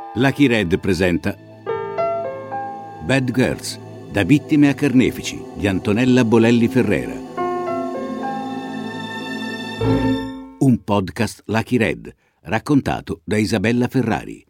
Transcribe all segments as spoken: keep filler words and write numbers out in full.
Lucky Red presenta Bad Girls, da vittime a carnefici, di Antonella Bolelli Ferrera. Un podcast Lucky Red, raccontato da Isabella Ferrari.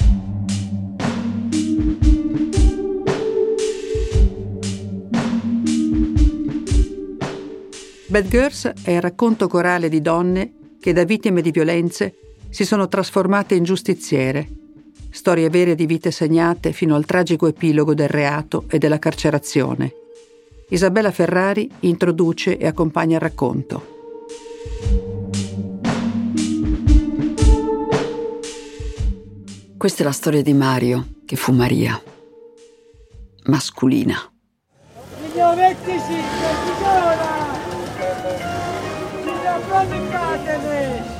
Bad Girls è il racconto corale di donne che da vittime di violenze si sono trasformate in giustiziere. Storie vere di vite segnate fino al tragico epilogo del reato e della carcerazione. Isabella Ferrari introduce e accompagna il racconto. Questa è la storia di Mario, che fu Maria. Masculina. Signor, mettisi, signora! Signor, promettatene!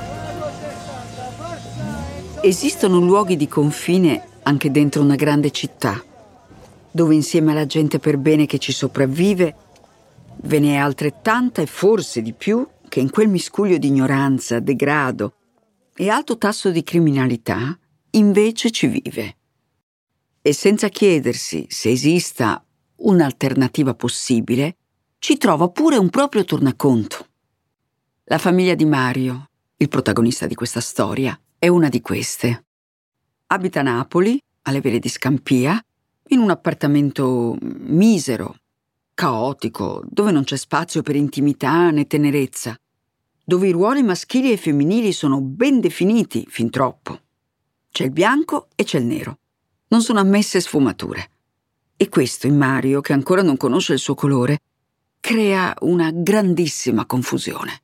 Esistono luoghi di confine anche dentro una grande città, dove insieme alla gente per bene che ci sopravvive, ve ne è altrettanta e forse di più che in quel miscuglio di ignoranza, degrado e alto tasso di criminalità invece ci vive. E senza chiedersi se esista un'alternativa possibile, ci trova pure un proprio tornaconto. La famiglia di Mario, il protagonista di questa storia, è una di queste. Abita a Napoli, alle Vele di Scampia, in un appartamento misero, caotico, dove non c'è spazio per intimità né tenerezza, dove i ruoli maschili e femminili sono ben definiti fin troppo. C'è il bianco e c'è il nero. Non sono ammesse sfumature. E questo in Mario, che ancora non conosce il suo colore, crea una grandissima confusione.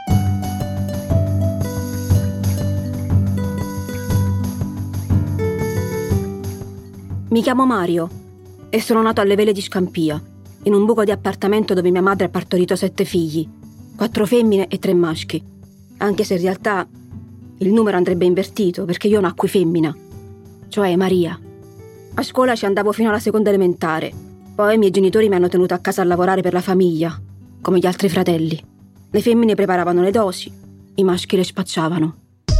Mi chiamo Mario e sono nato alle Vele di Scampia, in un buco di appartamento dove mia madre ha partorito sette figli, quattro femmine e tre maschi, anche se in realtà il numero andrebbe invertito perché io nacqui femmina, cioè Maria. A scuola ci andavo fino alla seconda elementare, poi i miei genitori mi hanno tenuto a casa a lavorare per la famiglia, come gli altri fratelli. Le femmine preparavano le dosi, i maschi le spacciavano.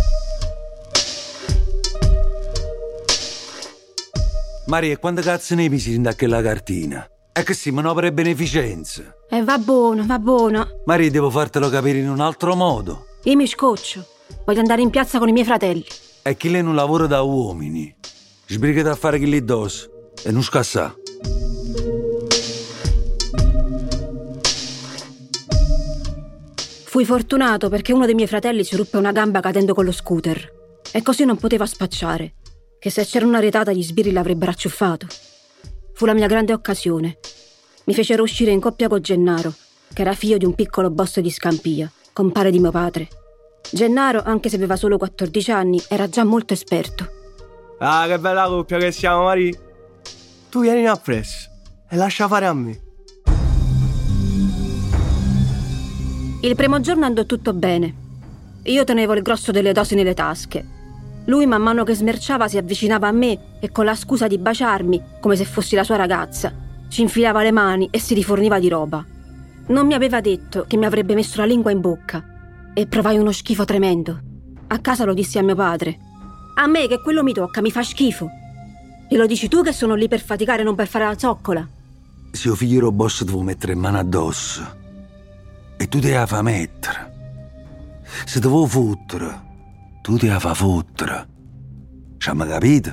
Maria, quando cazzo ne misi in quella cartina? È che sì, un'opera di beneficenza. E va buono, va buono. Maria, devo fartelo capire in un altro modo. Io mi scoccio. Voglio andare in piazza con i miei fratelli. E chi lei non lavora da uomini. Sbrigati a fare chi lì dosso e non scassà. Fui fortunato perché uno dei miei fratelli si ruppe una gamba cadendo con lo scooter. E così non poteva spacciare, che se c'era una retata gli sbirri l'avrebbero acciuffato. Fu la mia grande occasione. Mi fecero uscire in coppia con Gennaro, che era figlio di un piccolo boss di Scampia, compare di mio padre. Gennaro, anche se aveva solo quattordici anni, era già molto esperto. Ah, che bella coppia che siamo, Maria. Tu vieni appresso e lascia fare a me. Il primo giorno andò tutto bene. Io tenevo il grosso delle dosi nelle tasche. Lui, man mano che smerciava, si avvicinava a me e con la scusa di baciarmi, come se fossi la sua ragazza, ci infilava le mani e si riforniva di roba. Non mi aveva detto che mi avrebbe messo la lingua in bocca e provai uno schifo tremendo. A casa lo dissi a mio padre. A me che quello mi tocca, mi fa schifo. Glielo dici tu che sono lì per faticare, non per fare la zoccola? Se io figlio ero boss devo mettere mano addosso e tu te la fa mettere. Se devo fottere, tu te la fa fottere. Ci hanno capito?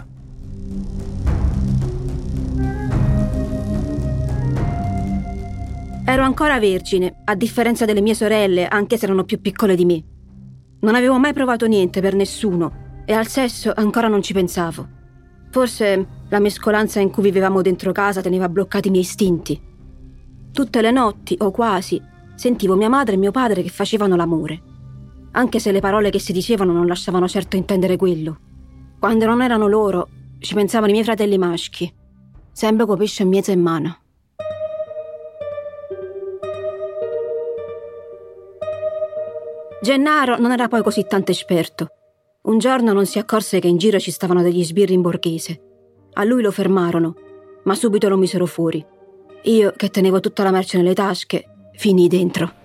Ero ancora vergine, a differenza delle mie sorelle, anche se erano più piccole di me. Non avevo mai provato niente per nessuno e al sesso ancora non ci pensavo. Forse la mescolanza in cui vivevamo dentro casa teneva bloccati i miei istinti. Tutte le notti, o quasi, sentivo mia madre e mio padre che facevano l'amore, anche se le parole che si dicevano non lasciavano certo intendere quello. Quando non erano loro, ci pensavano i miei fratelli maschi, sempre con pesce in mezzo in mano. Gennaro non era poi così tanto esperto. Un giorno non si accorse che in giro ci stavano degli sbirri in borghese. A lui lo fermarono, ma subito lo misero fuori. Io, che tenevo tutta la merce nelle tasche, finii dentro.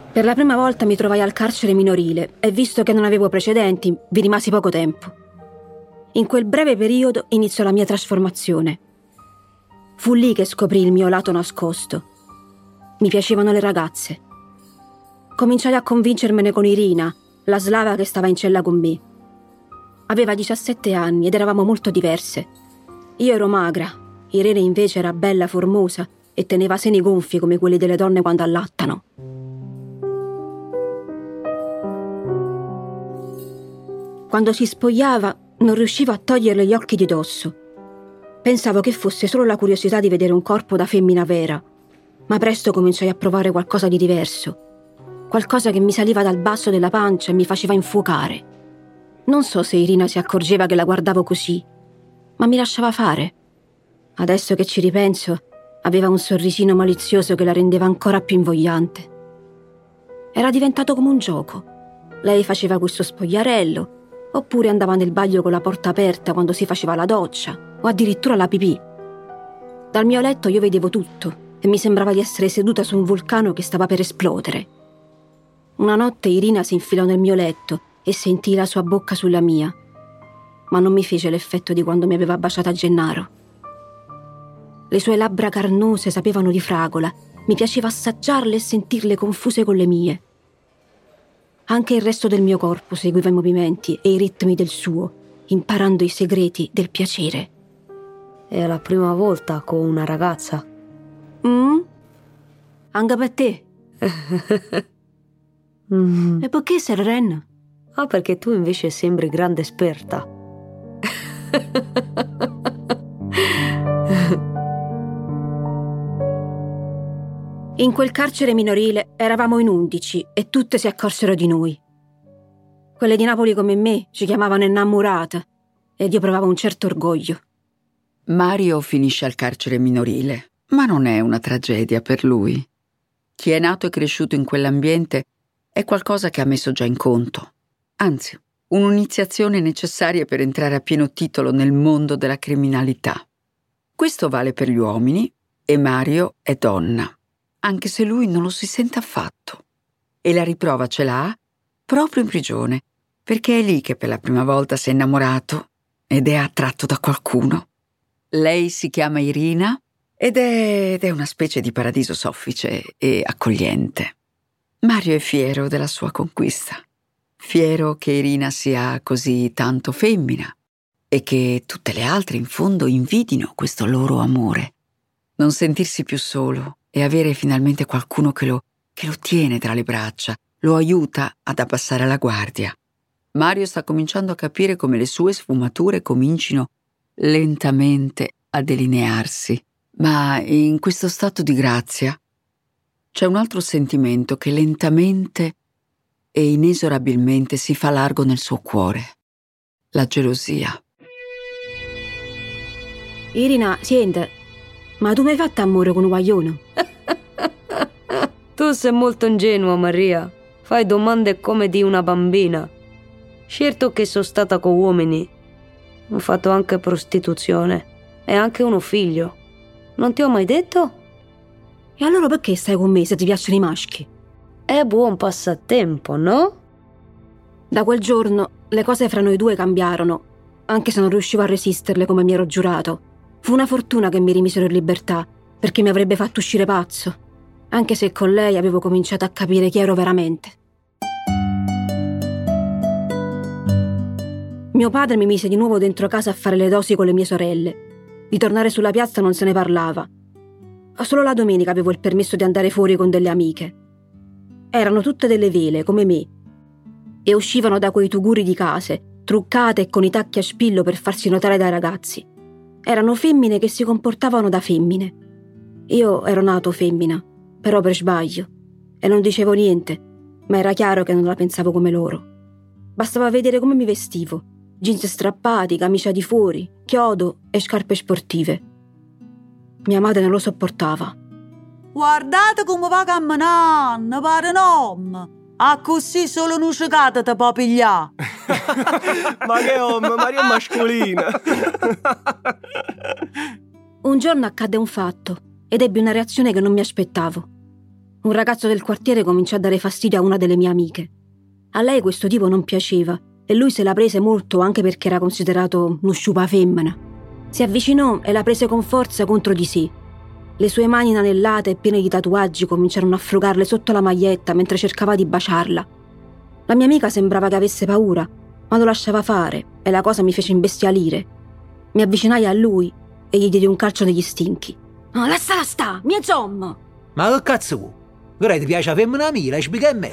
Per la prima volta mi trovai al carcere minorile e, visto che non avevo precedenti, vi rimasi poco tempo. In quel breve periodo iniziò la mia trasformazione. Fu lì che scoprì il mio lato nascosto. Mi piacevano le ragazze. Cominciai a convincermene con Irina, la slava che stava in cella con me. Aveva diciassette anni ed eravamo molto diverse. Io ero magra, Irene invece era bella, formosa e teneva seni gonfi come quelli delle donne quando allattano. Quando si spogliava non riuscivo a toglierle gli occhi di dosso. Pensavo che fosse solo la curiosità di vedere un corpo da femmina vera, ma presto cominciai a provare qualcosa di diverso, qualcosa che mi saliva dal basso della pancia e mi faceva infuocare. Non so se Irina si accorgeva che la guardavo così, ma mi lasciava fare. Adesso che ci ripenso, aveva un sorrisino malizioso che la rendeva ancora più invogliante. Era diventato come un gioco. Lei faceva questo spogliarello, oppure andava nel bagno con la porta aperta quando si faceva la doccia, o addirittura la pipì. Dal mio letto io vedevo tutto e mi sembrava di essere seduta su un vulcano che stava per esplodere. Una notte Irina si infilò nel mio letto e sentii la sua bocca sulla mia, ma non mi fece l'effetto di quando mi aveva baciata a Gennaro. Le sue labbra carnose sapevano di fragola, mi piaceva assaggiarle e sentirle confuse con le mie. Anche il resto del mio corpo seguiva i movimenti e i ritmi del suo, imparando i segreti del piacere. È la prima volta con una ragazza? Mm? Anche per te? mm. E perché, Sir Ren? Ah, perché tu invece sembri grande esperta. In quel carcere minorile eravamo in undici e tutte si accorsero di noi. Quelle di Napoli come me ci chiamavano innamorata ed io provavo un certo orgoglio. Mario finisce al carcere minorile, ma non è una tragedia per lui. Chi è nato e cresciuto in quell'ambiente è qualcosa che ha messo già in conto. Anzi, un'iniziazione necessaria per entrare a pieno titolo nel mondo della criminalità. Questo vale per gli uomini e Mario è donna, anche se lui non lo si sente affatto. E la riprova ce l'ha proprio in prigione, perché è lì che per la prima volta si è innamorato ed è attratto da qualcuno. Lei si chiama Irina ed è, ed è una specie di paradiso soffice e accogliente. Mario è fiero della sua conquista, fiero che Irina sia così tanto femmina e che tutte le altre in fondo invidino questo loro amore. Non sentirsi più solo e avere finalmente qualcuno che lo, che lo tiene tra le braccia, lo aiuta ad abbassare la guardia. Mario sta cominciando a capire come le sue sfumature comincino lentamente a delinearsi, ma in questo stato di grazia c'è un altro sentimento che lentamente e inesorabilmente si fa largo nel suo cuore: la gelosia. Irina, senti, ma tu mi hai fatto amore con un guaglione? Tu sei molto ingenua, Maria. Fai domande come di una bambina. Certo che sono stata con uomini. Ho fatto anche prostituzione e anche uno figlio. Non ti ho mai detto? E allora perché stai con me se ti piacciono i maschi? È buon passatempo, no? Da quel giorno le cose fra noi due cambiarono, anche se non riuscivo a resisterle come mi ero giurato. Fu una fortuna che mi rimisero in libertà, perché mi avrebbe fatto uscire pazzo, anche se con lei avevo cominciato a capire chi ero veramente. Mio padre mi mise di nuovo dentro casa a fare le dosi con le mie sorelle. Di tornare sulla piazza non se ne parlava. Solo la domenica avevo il permesso di andare fuori con delle amiche. Erano tutte delle vele, come me, e uscivano da quei tuguri di case, truccate e con i tacchi a spillo per farsi notare dai ragazzi. Erano femmine che si comportavano da femmine. Io ero nato femmina, però per sbaglio, e non dicevo niente, ma era chiaro che non la pensavo come loro. Bastava vedere come mi vestivo: jeans strappati, camicia di fuori, chiodo e scarpe sportive. Mia madre non lo sopportava. Guardate come va camminando, pare un a così solo un uscicata te può pigliare. Ma che uomo, Maria mascolina. Un giorno accadde un fatto ed ebbi una reazione che non mi aspettavo. un ragazzo del quartiere cominciò a dare fastidio a una delle mie amiche. A lei questo tipo non piaceva e lui se la prese molto anche perché era considerato uno sciupa femmina. Si avvicinò e la prese con forza contro di sé. Le sue mani inanellate e piene di tatuaggi cominciarono a frugarle sotto la maglietta mentre cercava di baciarla. La mia amica sembrava che avesse paura, ma lo lasciava fare e la cosa mi fece imbestialire. Mi avvicinai a lui e gli diedi un calcio negli stinchi. «Oh, lasciala sta, mia zomma!» Ma che cazzo vuoi? Ora ti piace la femmina mia, la spiega a me.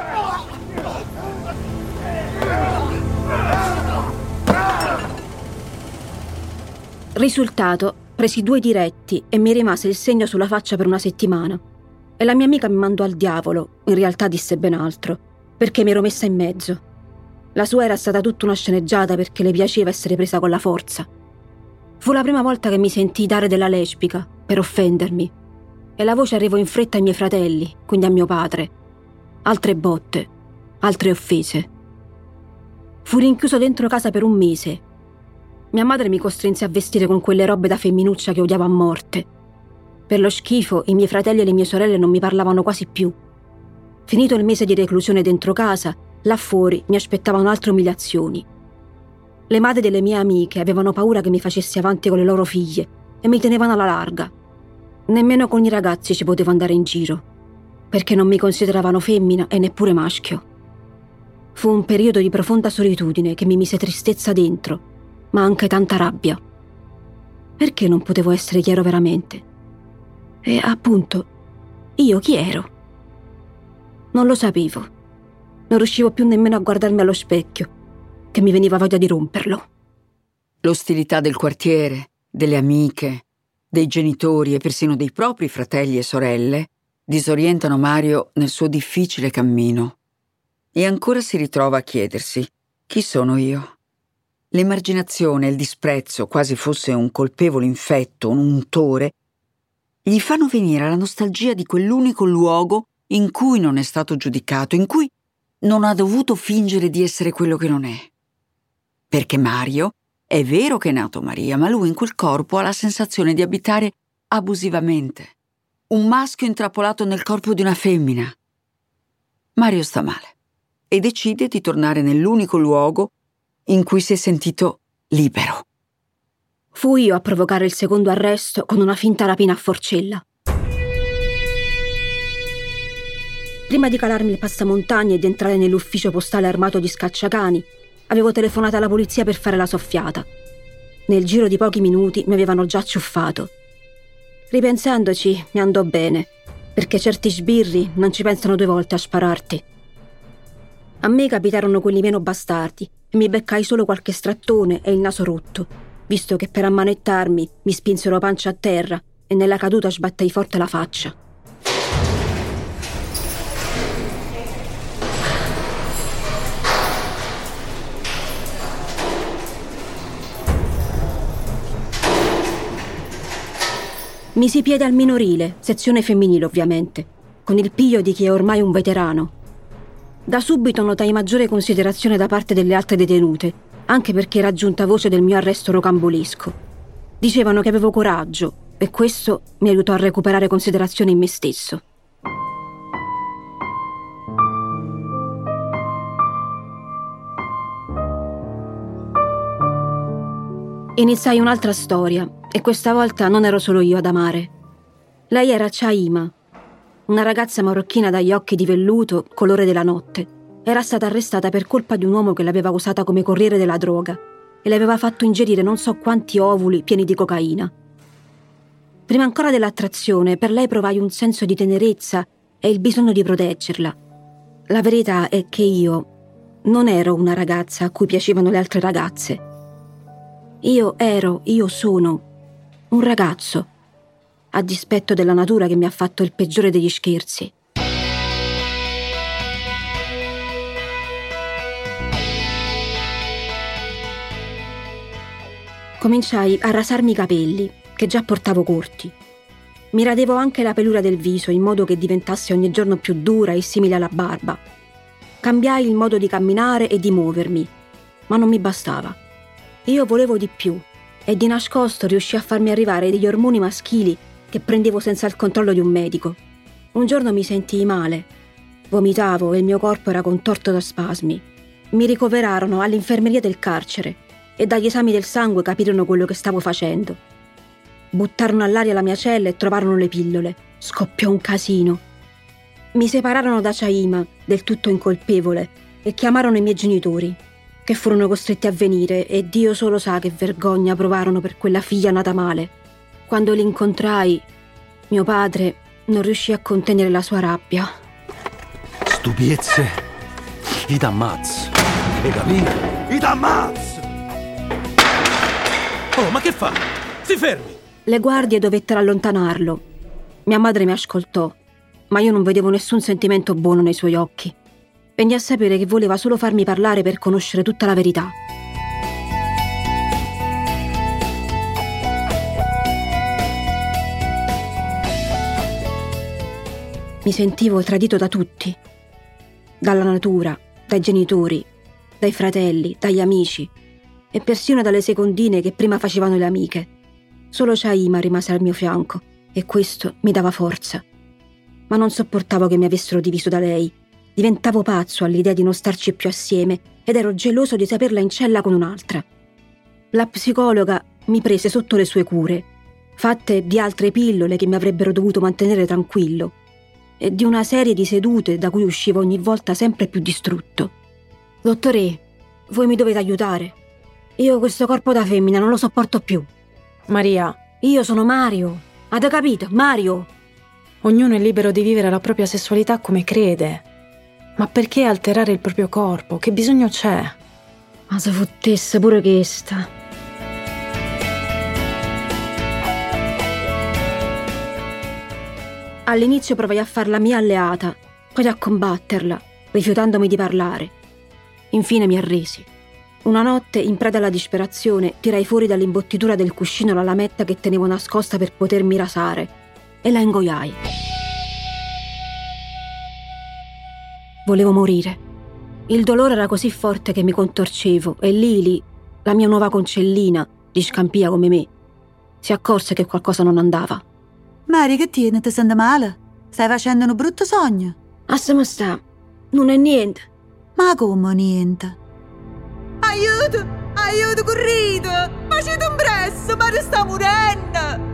Risultato, presi due diretti e mi rimase il segno sulla faccia per una settimana. E la mia amica mi mandò al diavolo, in realtà disse ben altro, perché mi ero messa in mezzo. La sua era stata tutta una sceneggiata perché le piaceva essere presa con la forza. Fu la prima volta che mi sentii dare della lesbica, per offendermi. E la voce arrivò in fretta ai miei fratelli, quindi a mio padre. Altre botte, altre offese. Fu rinchiuso dentro casa per un mese. Mia madre mi costrinse a vestire con quelle robe da femminuccia che odiavo a morte. Per lo schifo, i miei fratelli e le mie sorelle non mi parlavano quasi più. Finito il mese di reclusione dentro casa, là fuori mi aspettavano altre umiliazioni. Le madri delle mie amiche avevano paura che mi facessi avanti con le loro figlie e mi tenevano alla larga. Nemmeno con i ragazzi ci potevo andare in giro, perché non mi consideravano femmina e neppure maschio. Fu un periodo di profonda solitudine che mi mise tristezza dentro, ma anche tanta rabbia. Perché non potevo essere chiaro veramente? E appunto, io chi ero? Non lo sapevo. Non riuscivo più nemmeno a guardarmi allo specchio, che mi veniva voglia di romperlo. L'ostilità del quartiere, delle amiche, dei genitori e persino dei propri fratelli e sorelle disorientano Mario nel suo difficile cammino. E ancora si ritrova a chiedersi: chi sono io? L'emarginazione e il disprezzo, quasi fosse un colpevole infetto, un untore, gli fanno venire la nostalgia di quell'unico luogo in cui non è stato giudicato, in cui non ha dovuto fingere di essere quello che non è. Perché Mario è vero che è nato Maria, ma lui in quel corpo ha la sensazione di abitare abusivamente. Un maschio intrappolato nel corpo di una femmina. Mario sta male e decide di tornare nell'unico luogo in cui si è sentito libero. Fui io a provocare il secondo arresto con una finta rapina a Forcella. Prima di calarmi il passamontagna e di entrare nell'ufficio postale armato di scacciacani, avevo telefonato alla polizia per fare la soffiata. Nel giro di pochi minuti mi avevano già acciuffato. Ripensandoci, mi andò bene, perché certi sbirri non ci pensano due volte a spararti. A me capitarono quelli meno bastardi e mi beccai solo qualche strattone e il naso rotto, visto che per ammanettarmi mi spinsero pancia a terra e nella caduta sbattai forte la faccia. Misi piede al minorile, sezione femminile ovviamente, con il piglio di chi è ormai un veterano. Da subito notai maggiore considerazione da parte delle altre detenute, anche perché era giunta voce del mio arresto rocambolesco. Dicevano che avevo coraggio e questo mi aiutò a recuperare considerazione in me stesso. Iniziai un'altra storia e questa volta non ero solo io ad amare. Lei era Chaima, una ragazza marocchina dagli occhi di velluto, colore della notte. Era stata arrestata per colpa di un uomo che l'aveva usata come corriere della droga e le aveva fatto ingerire non so quanti ovuli pieni di cocaina. Prima ancora dell'attrazione, per lei provai un senso di tenerezza e il bisogno di proteggerla. La verità è che io non ero una ragazza a cui piacevano le altre ragazze. Io ero, io sono, un ragazzo, a dispetto della natura che mi ha fatto il peggiore degli scherzi. Cominciai a rasarmi i capelli, che già portavo corti. Mi radevo anche la pelura del viso in modo che diventasse ogni giorno più dura e simile alla barba. Cambiai il modo di camminare e di muovermi, ma non mi bastava. Io volevo di più e di nascosto riuscii a farmi arrivare degli ormoni maschili che prendevo senza il controllo di un medico. Un giorno mi sentii male. Vomitavo e il mio corpo era contorto da spasmi. Mi ricoverarono all'infermeria del carcere e dagli esami del sangue capirono quello che stavo facendo. Buttarono all'aria la mia cella e trovarono le pillole. Scoppiò un casino. Mi separarono da Chaima, del tutto incolpevole, e chiamarono i miei genitori, che furono costretti a venire, e Dio solo sa che vergogna provarono per quella figlia nata male. Quando li incontrai, mio padre non riuscì a contenere la sua rabbia. Stupiezze, i t'ammazzo. Hai capito? I t'ammazzo! Oh, ma che fa? Si fermi! Le guardie dovettero allontanarlo. Mia madre mi ascoltò, ma io non vedevo nessun sentimento buono nei suoi occhi. Venni a sapere che voleva solo farmi parlare per conoscere tutta la verità. Mi sentivo tradito da tutti. Dalla natura, dai genitori, dai fratelli, dagli amici e persino dalle secondine che prima facevano le amiche. Solo Chaima rimase al mio fianco e questo mi dava forza. Ma non sopportavo che mi avessero diviso da lei. Diventavo pazzo all'idea di non starci più assieme ed ero geloso di saperla in cella con un'altra. La psicologa mi prese sotto le sue cure, fatte di altre pillole che mi avrebbero dovuto mantenere tranquillo e di una serie di sedute da cui uscivo ogni volta sempre più distrutto. Dottore, voi mi dovete aiutare. Io questo corpo da femmina non lo sopporto più. Maria, io sono Mario. Avete capito? Mario. Ognuno è libero di vivere la propria sessualità come crede. Ma perché alterare il proprio corpo? Che bisogno c'è? Ma se fottesse pure questa. All'inizio provai a farla mia alleata, poi a combatterla, rifiutandomi di parlare. Infine mi arresi. Una notte, in preda alla disperazione, tirai fuori dall'imbottitura del cuscino la lametta che tenevo nascosta per potermi rasare e la ingoiai. Volevo morire. Il dolore era così forte che mi contorcevo e Lili, la mia nuova concellina, di scampia come me, si accorse che qualcosa non andava. Mari, che tieni? Ti senti male? Stai facendo un brutto sogno? Assama sta, non è niente. Ma come niente? Aiuto! Aiuto, corrite! Ma c'è un presso, Mario sta morendo!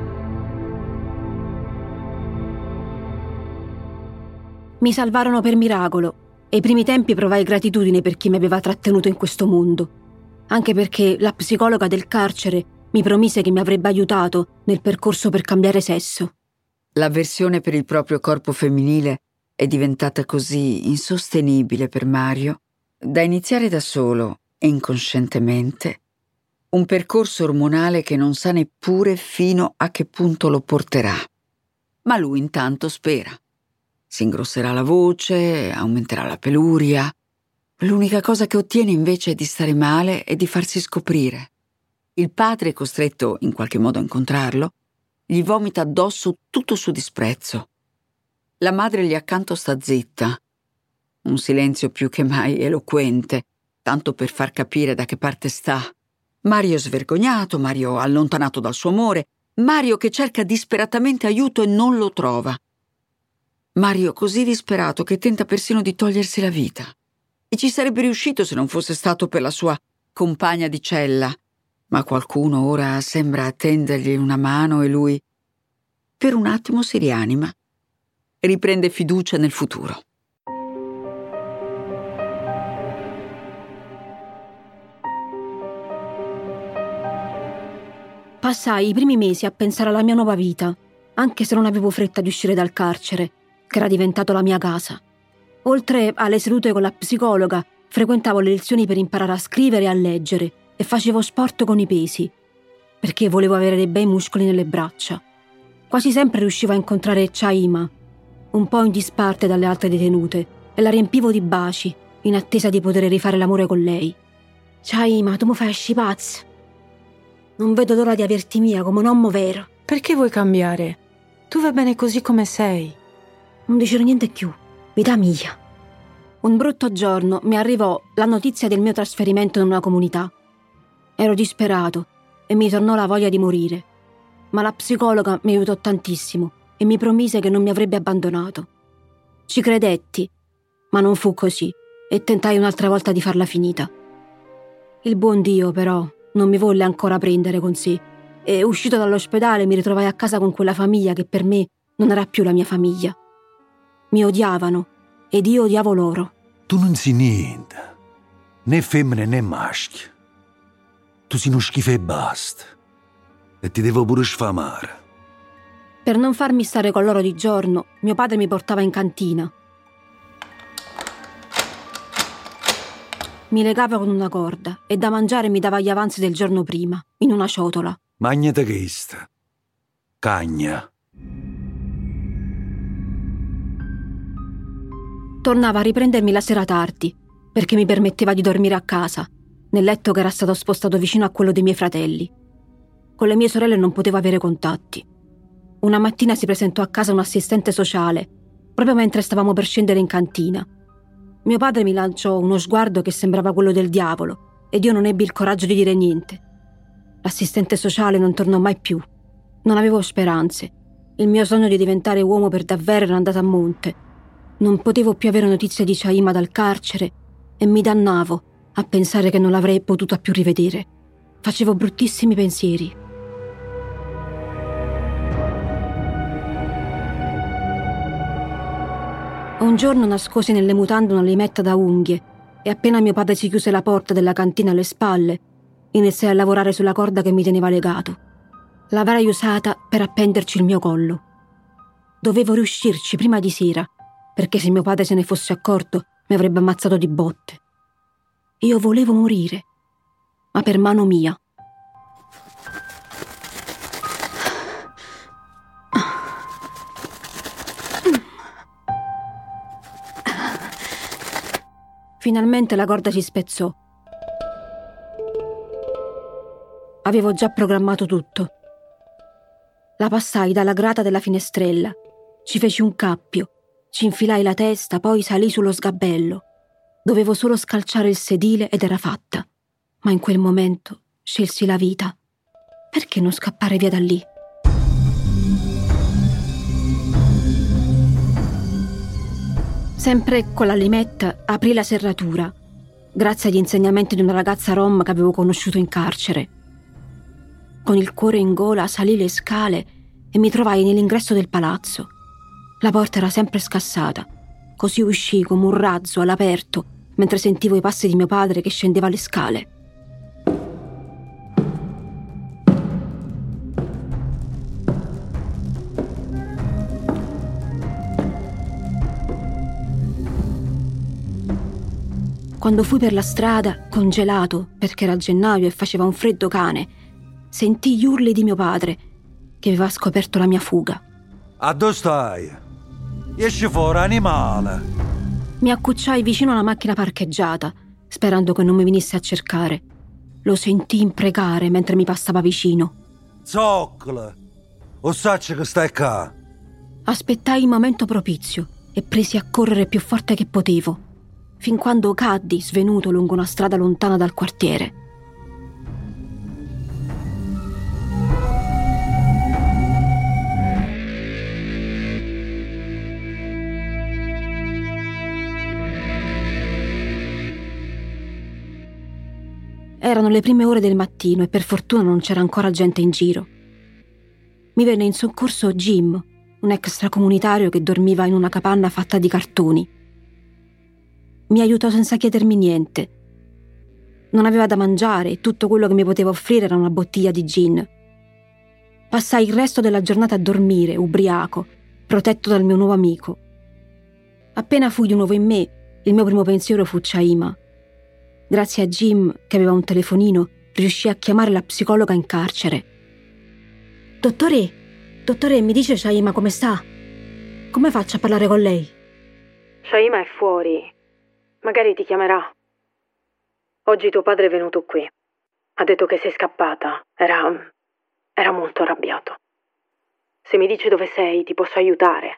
Mi salvarono per miracolo e ai primi tempi provai gratitudine per chi mi aveva trattenuto in questo mondo, anche perché la psicologa del carcere mi promise che mi avrebbe aiutato nel percorso per cambiare sesso. L'avversione per il proprio corpo femminile è diventata così insostenibile per Mario da iniziare da solo e inconscientemente un percorso ormonale che non sa neppure fino a che punto lo porterà. Ma lui intanto spera. Si ingrosserà la voce, aumenterà la peluria. L'unica cosa che ottiene invece è di stare male e di farsi scoprire. Il padre, costretto in qualche modo a incontrarlo, gli vomita addosso tutto il suo disprezzo. La madre lì accanto sta zitta. Un silenzio più che mai eloquente, tanto per far capire da che parte sta. Mario svergognato, Mario allontanato dal suo amore, Mario che cerca disperatamente aiuto e non lo trova. Mario così disperato che tenta persino di togliersi la vita. E ci sarebbe riuscito se non fosse stato per la sua compagna di cella. Ma qualcuno ora sembra tendergli una mano e lui, per un attimo, si rianima. Riprende fiducia nel futuro. Passai i primi mesi a pensare alla mia nuova vita, anche se non avevo fretta di uscire dal carcere, che era diventato la mia casa. Oltre alle sedute con la psicologa, frequentavo le lezioni per imparare a scrivere e a leggere e facevo sport con i pesi, perché volevo avere dei bei muscoli nelle braccia. Quasi sempre riuscivo a incontrare Chaima, un po' in disparte dalle altre detenute, e la riempivo di baci, in attesa di poter rifare l'amore con lei. Chaima, tu mi fai scipazzo. Non vedo l'ora di averti mia come un uomo vero. Perché vuoi cambiare? Tu vai bene così come sei. Non dicevo niente più. Vita mia. Un brutto giorno mi arrivò la notizia del mio trasferimento in una comunità. Ero disperato e mi tornò la voglia di morire. Ma la psicologa mi aiutò tantissimo e mi promise che non mi avrebbe abbandonato. Ci credetti, ma non fu così e tentai un'altra volta di farla finita. Il buon Dio, però, non mi volle ancora prendere con sé e, uscito dall'ospedale, mi ritrovai a casa con quella famiglia che per me non era più la mia famiglia. Mi odiavano ed io odiavo loro. Tu non sei niente, né femmine né maschio. Tu sei uno schifo e basta. E ti devo pure sfamare. Per non farmi stare con loro di giorno, mio padre mi portava in cantina. Mi legava con una corda e da mangiare mi dava gli avanzi del giorno prima, in una ciotola. Magnate questa. Cagna. Tornava a riprendermi la sera tardi, perché mi permetteva di dormire a casa, nel letto che era stato spostato vicino a quello dei miei fratelli. Con le mie sorelle non potevo avere contatti. Una mattina si presentò a casa un assistente sociale, proprio mentre stavamo per scendere in cantina. Mio padre mi lanciò uno sguardo che sembrava quello del diavolo ed io non ebbi il coraggio di dire niente. L'assistente sociale non tornò mai più. Non avevo speranze. Il mio sogno di diventare uomo per davvero era andato a monte. Non potevo più avere notizie di Shaima dal carcere e mi dannavo a pensare che non l'avrei potuta più rivedere. Facevo bruttissimi pensieri. Un giorno nascosi nelle mutande una limetta da unghie e appena mio padre si chiuse la porta della cantina alle spalle, iniziai a lavorare sulla corda che mi teneva legato. L'avrei usata per appenderci il mio collo. Dovevo riuscirci prima di sera, perché se mio padre se ne fosse accorto mi avrebbe ammazzato di botte. Io volevo morire, ma per mano mia. Finalmente la corda si spezzò. Avevo già programmato tutto. La passai dalla grata della finestrella, ci feci un cappio, ci infilai la testa, poi salì sullo sgabello. Dovevo solo scalciare il sedile ed era fatta. Ma in quel momento scelsi la vita. Perché non scappare via da lì? Sempre con la limetta aprì la serratura, grazie agli insegnamenti di una ragazza rom che avevo conosciuto in carcere. Con il cuore in gola salì le scale e mi trovai nell'ingresso del palazzo. La porta era sempre scassata, così uscii come un razzo all'aperto mentre sentivo i passi di mio padre che scendeva le scale. Quando fui per la strada, congelato perché era gennaio e faceva un freddo cane, sentii gli urli di mio padre che aveva scoperto la mia fuga. A dove stai? Esci fuori, animale! Mi accucciai vicino a una macchina parcheggiata, sperando che non mi venisse a cercare. Lo sentii imprecare mentre mi passava vicino. Zoccola! O sacci che stai qua? Aspettai il momento propizio e presi a correre più forte che potevo, fin quando caddi svenuto lungo una strada lontana dal quartiere. Erano le prime ore del mattino e per fortuna non c'era ancora gente in giro. Mi venne in soccorso Jim, un extracomunitario che dormiva in una capanna fatta di cartoni. Mi aiutò senza chiedermi niente. Non aveva da mangiare e tutto quello che mi poteva offrire era una bottiglia di gin. Passai il resto della giornata a dormire, ubriaco, protetto dal mio nuovo amico. Appena fui di nuovo in me, il mio primo pensiero fu Shaima. Grazie a Jim, che aveva un telefonino, riuscii a chiamare la psicologa in carcere. Dottore, dottore, mi dice Shaima come sta? Come faccio a parlare con lei? Shaima è fuori. Magari ti chiamerà. Oggi tuo padre è venuto qui. Ha detto che sei scappata. Era... era molto arrabbiato. Se mi dici dove sei, ti posso aiutare.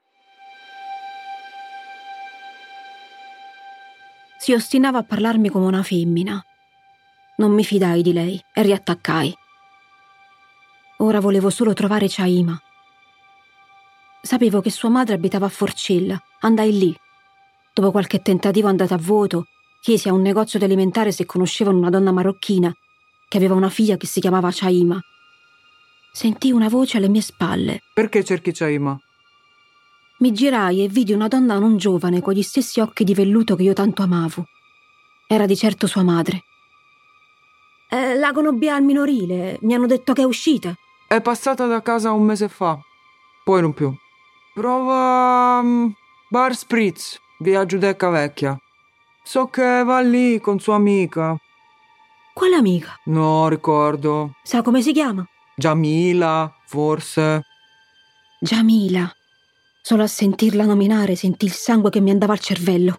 Si ostinava a parlarmi come una femmina. Non mi fidai di lei e riattaccai. Ora volevo solo trovare Shaima. sapevo che sua madre abitava a Forcella. Andai lì. Dopo qualche tentativo andato a vuoto, chiesi a un negozio di alimentare se conoscevano una donna marocchina che aveva una figlia che si chiamava Chaima. Sentii una voce alle mie spalle. Perché cerchi Chaima? Mi girai e vidi una donna non giovane con gli stessi occhi di velluto che io tanto amavo. Era di certo sua madre. Eh, la conobbi al minorile. Mi hanno detto che è uscita. È passata da casa un mese fa. Poi non più. Prova... Um, Bar Spritz, via Giudecca Vecchia. So che va lì con sua amica. Quale amica? No, ricordo. Sa come si chiama? Jamila, forse. Jamila. Solo a sentirla nominare sentì il sangue che mi andava al cervello.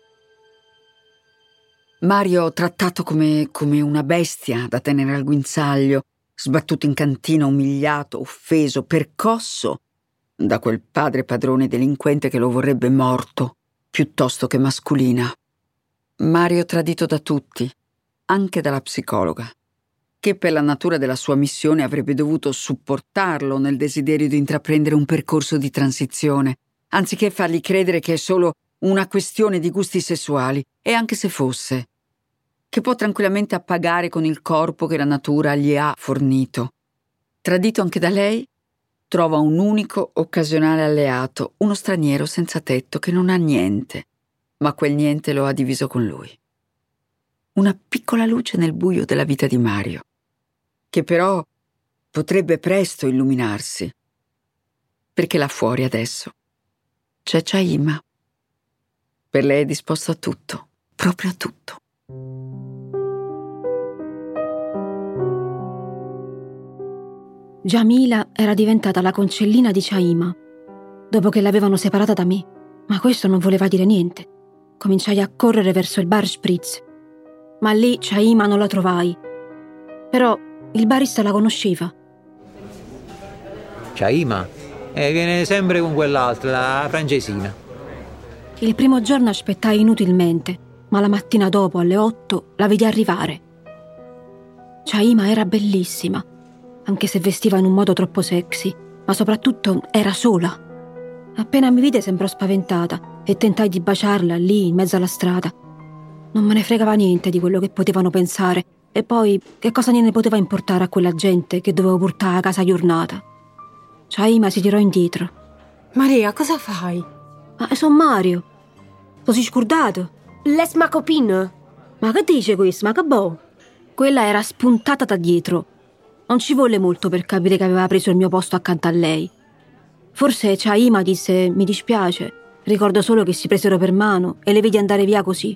Mario, trattato come, come una bestia da tenere al guinzaglio, sbattuto in cantina, umiliato, offeso, percosso da quel padre padrone delinquente che lo vorrebbe morto, piuttosto che masculina. Mario tradito da tutti, anche dalla psicologa, che per la natura della sua missione avrebbe dovuto supportarlo nel desiderio di intraprendere un percorso di transizione, anziché fargli credere che è solo una questione di gusti sessuali, e anche se fosse, che può tranquillamente appagare con il corpo che la natura gli ha fornito. Tradito anche da lei, trova un unico occasionale alleato, uno straniero senza tetto che non ha niente, ma quel niente lo ha diviso con lui. Una piccola luce nel buio della vita di Mario, che però potrebbe presto illuminarsi, perché là fuori adesso c'è Chaima. Per lei è disposto a tutto, proprio a tutto. Jamila era diventata la concellina di Chaima, dopo che l'avevano separata da me, ma questo non voleva dire niente. Cominciai a correre verso il bar Spritz, ma lì Chaima non la trovai. Però il barista la conosceva. Chaima? Eh, viene sempre con quell'altra, la francesina. Il primo giorno aspettai inutilmente, ma la mattina dopo, alle otto, la vidi arrivare. Chaima era bellissima, anche se vestiva in un modo troppo sexy, ma soprattutto era sola. Appena mi vide sembrò spaventata e tentai di baciarla lì in mezzo alla strada. Non me ne fregava niente di quello che potevano pensare, e poi che cosa ne poteva importare a quella gente che dovevo portare a casa giornata. Chaima si tirò indietro. Maria, cosa fai? Ma son Mario. Lo sei scordato? Les ma copine. Ma che dice questo? Ma che boh? Quella era spuntata da dietro. Non ci volle molto per capire che aveva preso il mio posto accanto a lei. Forse Chaima disse mi dispiace, ricordo solo che si presero per mano e le vedi andare via così.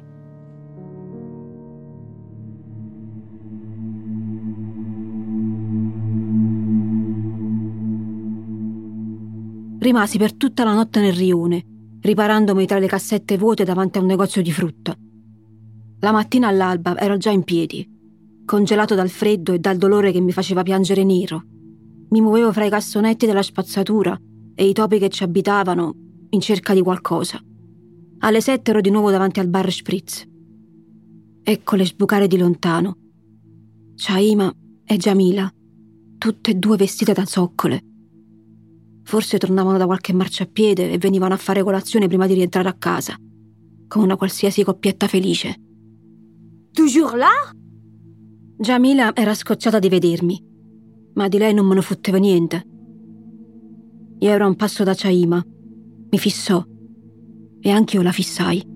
Rimasi per tutta la notte nel rione, riparandomi tra le cassette vuote davanti a un negozio di frutta. La mattina all'alba ero già in piedi, congelato dal freddo e dal dolore che mi faceva piangere nero. Mi muovevo fra i cassonetti della spazzatura e i topi che ci abitavano in cerca di qualcosa. Alle sette ero di nuovo davanti al bar Spritz. Eccole sbucare di lontano. Chaima e Jamila, tutte e due vestite da zoccole. Forse tornavano da qualche marciapiede e venivano a fare colazione prima di rientrare a casa, come una qualsiasi coppietta felice. Toujours là? Jamila era scocciata di vedermi, ma di lei non me ne fotteva niente. Io ero a un passo da Chaima, mi fissò e anch'io la fissai.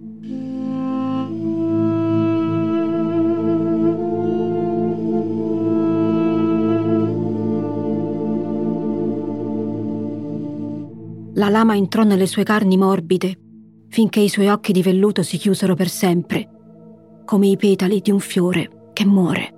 La lama entrò nelle sue carni morbide finché i suoi occhi di velluto si chiusero per sempre, come i petali di un fiore che muore.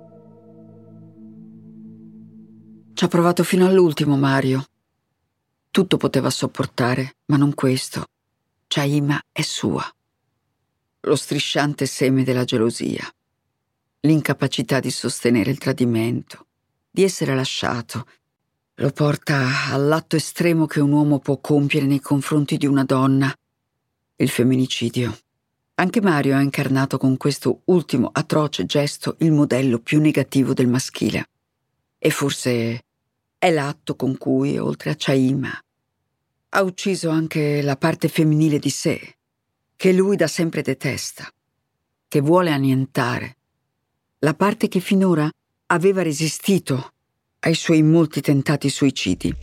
Ci ha provato fino all'ultimo, Mario. Tutto poteva sopportare, ma non questo. Chaima è sua. Lo strisciante seme della gelosia, l'incapacità di sostenere il tradimento, di essere lasciato, lo porta all'atto estremo che un uomo può compiere nei confronti di una donna, il femminicidio. Anche Mario ha incarnato con questo ultimo atroce gesto il modello più negativo del maschile. E forse è l'atto con cui, oltre a Chaima, ha ucciso anche la parte femminile di sé, che lui da sempre detesta, che vuole annientare, la parte che finora aveva resistito ai suoi molti tentati suicidi.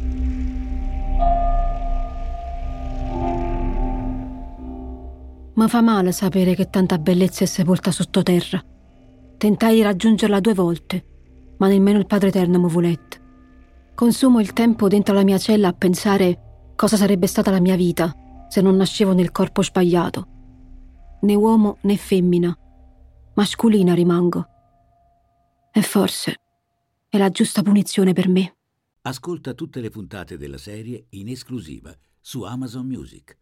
Mi fa male sapere che tanta bellezza è sepolta sottoterra. Tentai di raggiungerla due volte, ma nemmeno il Padre Eterno mi volette. Consumo il tempo dentro la mia cella a pensare cosa sarebbe stata la mia vita se non nascevo nel corpo sbagliato. Né uomo né femmina. Mascolina rimango. E forse è la giusta punizione per me. Ascolta tutte le puntate della serie in esclusiva su Amazon Music.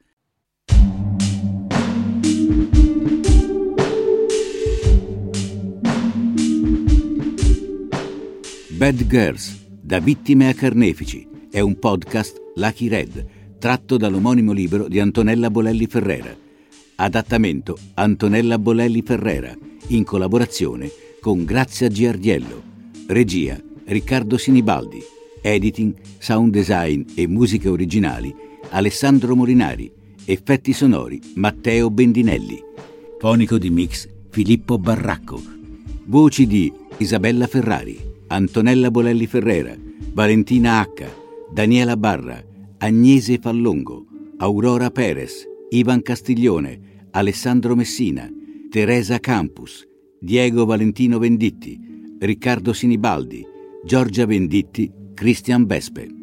Bad Girls, da vittime a carnefici, è un podcast Lucky Red, tratto dall'omonimo libro di Antonella Bolelli Ferrera. Adattamento Antonella Bolelli Ferrera, in collaborazione con Grazia Giardiello. Regia Riccardo Sinibaldi. Editing, sound design e musiche originali Alessandro Morinari. Effetti sonori Matteo Bendinelli. Fonico di mix Filippo Barracco. Voci di Isabella Ferrari, Antonella Bolelli Ferrera, Valentina H, Daniela Barra, Agnese Fallongo, Aurora Perez, Ivan Castiglione, Alessandro Messina, Teresa Campus, Diego Valentino Venditti, Riccardo Sinibaldi, Giorgia Venditti, Cristian Vespe.